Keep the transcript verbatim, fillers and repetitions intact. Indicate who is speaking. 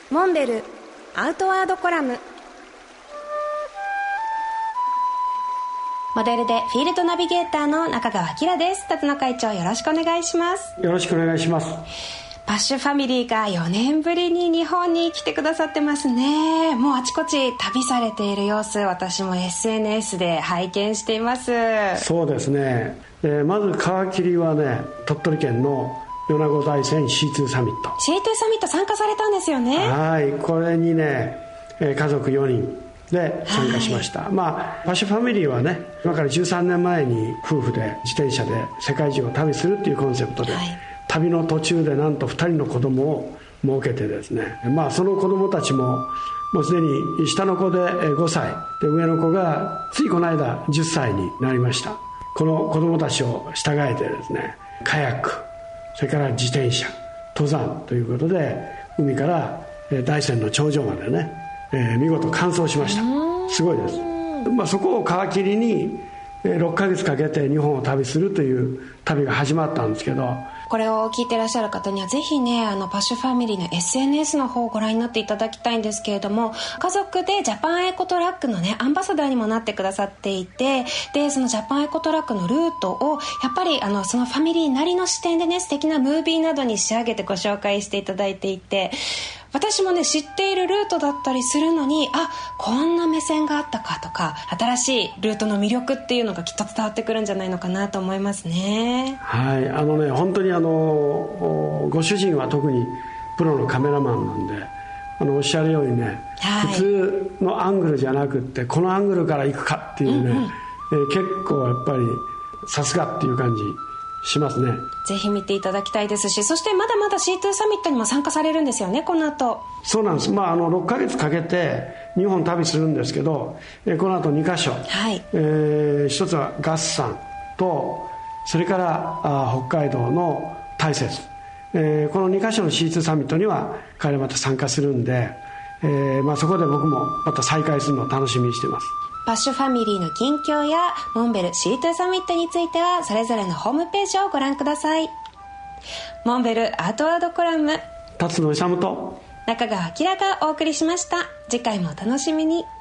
Speaker 1: モンベルアウトワードコラム。モデルでフィールドナビゲーターの中川明です。辰野会長、よろしくお願いします。
Speaker 2: よろしくお願いします。
Speaker 1: バッシュファミリーがよねんぶりに日本に来てくださってますね。もうあちこち旅されている様子、私も エスエヌエス で拝見しています。
Speaker 2: そうですね、えー、まず皮切りはね、鳥取県の米子大山 シーツー サミット
Speaker 1: シーツー サミット参加されたんですよね。
Speaker 2: はい、これにね、えー、家族よにんで参加しました、はい。まあバッシュファミリーはね、今からじゅうさんねんまえに夫婦で自転車で世界中を旅するっていうコンセプトで、はい、旅の途中でなんとふたりの子供を設けてですね、まあその子供たちももうすでに下の子でごさいで、上の子がついこの間じゅっさいになりました。この子供たちを従えてですね、カヤック、それから自転車、登山ということで、海から大山の頂上までね、えー、見事完走しました。すごいです。まあ、そこを皮切りにろっかげつかけて日本を旅するという旅が始まったんですけど、
Speaker 1: これを聞いていらっしゃる方にはぜひね、あのバッシュファミリーの エスエヌエス の方をご覧になっていただきたいんですけれども、家族でジャパンエコトラックのねアンバサダーにもなってくださっていて、でそのジャパンエコトラックのルートをやっぱりあのそのファミリーなりの視点でね、素敵なムービーなどに仕上げてご紹介していただいていて、私もね知っているルートだったりするのに、あ、こんな目線があったかとか、新しいルートの魅力っていうのがきっと伝わってくるんじゃないのかなと思いますね。
Speaker 2: はい、あのね、本当にあのご主人は特にプロのカメラマンなんで、あのおっしゃるようにね、はい、普通のアングルじゃなくってこのアングルから行くかっていうね、うんうん、えー、結構やっぱりさすがっていう感じしますね。
Speaker 1: ぜひ見ていただきたいですし、そしてまだまだ シーツー サミットにも参加されるんですよね、この後。
Speaker 2: そうなんです、まあ、あのろっかげつかけて日本旅するんですけど、えこの後にかしょ、はい、えー、一つは月山と、それからあ北海道の大雪、えー、このにかしょの シーツー サミットには彼また参加するんで、えーまあ、そこで僕もまた再会するのを楽しみにしています。
Speaker 1: バッシュファミリーの近況やモンベル シーツー サミットについてはそれぞれのホームページをご覧ください。モンベルアートワードコラム、
Speaker 2: 辰野勇と
Speaker 1: 中川明がお送りしました。次回もお楽しみに。